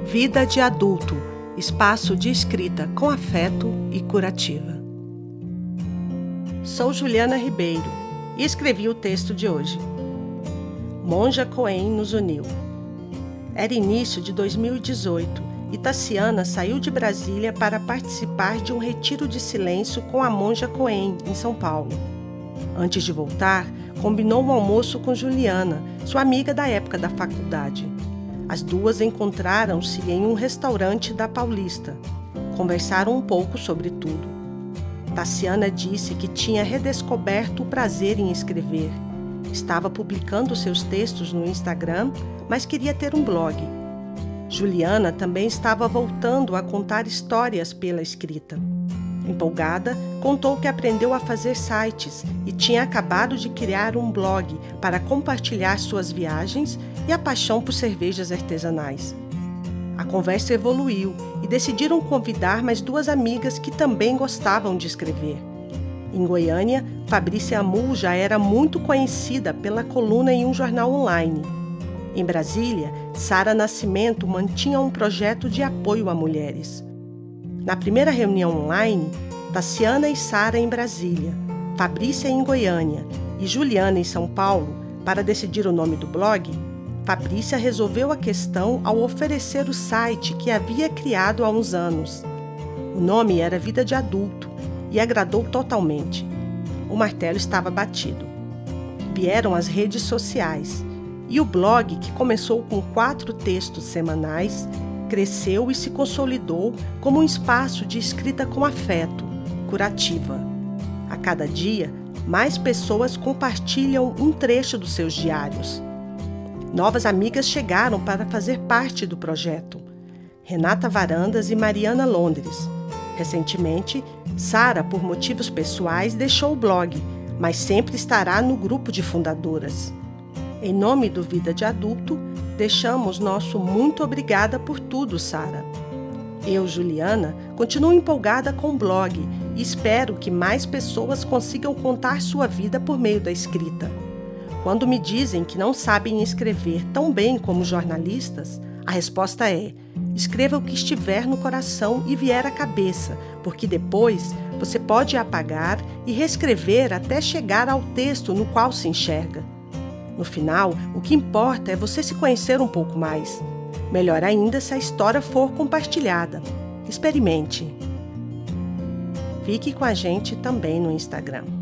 Vida de adulto, espaço de escrita com afeto e curativa. Sou Juliana Ribeiro e escrevi o texto de hoje. Monja Coen nos uniu. Era início de 2018 e Tassiana saiu de Brasília para participar de um retiro de silêncio com a Monja Coen, em São Paulo. Antes de voltar, combinou um almoço com Juliana, sua amiga da época da faculdade. As duas encontraram-se em um restaurante da Paulista. Conversaram um pouco sobre tudo. Tassiana disse que tinha redescoberto o prazer em escrever. Estava publicando seus textos no Instagram, mas queria ter um blog. Juliana também estava voltando a contar histórias pela escrita. Empolgada, contou que aprendeu a fazer sites e tinha acabado de criar um blog para compartilhar suas viagens e a paixão por cervejas artesanais. A conversa evoluiu e decidiram convidar mais duas amigas que também gostavam de escrever. Em Goiânia, Fabrícia Amul já era muito conhecida pela coluna em um jornal online. Em Brasília, Sara Nascimento mantinha um projeto de apoio a mulheres. Na primeira reunião online, Tassiana e Sara em Brasília, Fabrícia em Goiânia e Juliana em São Paulo, para decidir o nome do blog, Fabrícia resolveu a questão ao oferecer o site que havia criado há uns anos. O nome era Vida de Adulto e agradou totalmente. O martelo estava batido. Vieram as redes sociais e o blog, que começou com 4 textos semanais, cresceu e se consolidou como um espaço de escrita com afeto, curativa. A cada dia, mais pessoas compartilham um trecho dos seus diários. Novas amigas chegaram para fazer parte do projeto. Renata Varandas e Mariana Londres. Recentemente, Sara, por motivos pessoais, deixou o blog, mas sempre estará no grupo de fundadoras. Em nome do Vida de Adulto, deixamos nosso muito obrigada por tudo, Sara. Eu, Juliana, continuo empolgada com o blog e espero que mais pessoas consigam contar sua vida por meio da escrita. Quando me dizem que não sabem escrever tão bem como jornalistas, a resposta é: escreva o que estiver no coração e vier à cabeça, porque depois você pode apagar e reescrever até chegar ao texto no qual se enxerga. No final, o que importa é você se conhecer um pouco mais. Melhor ainda se a história for compartilhada. Experimente. Fique com a gente também no Instagram.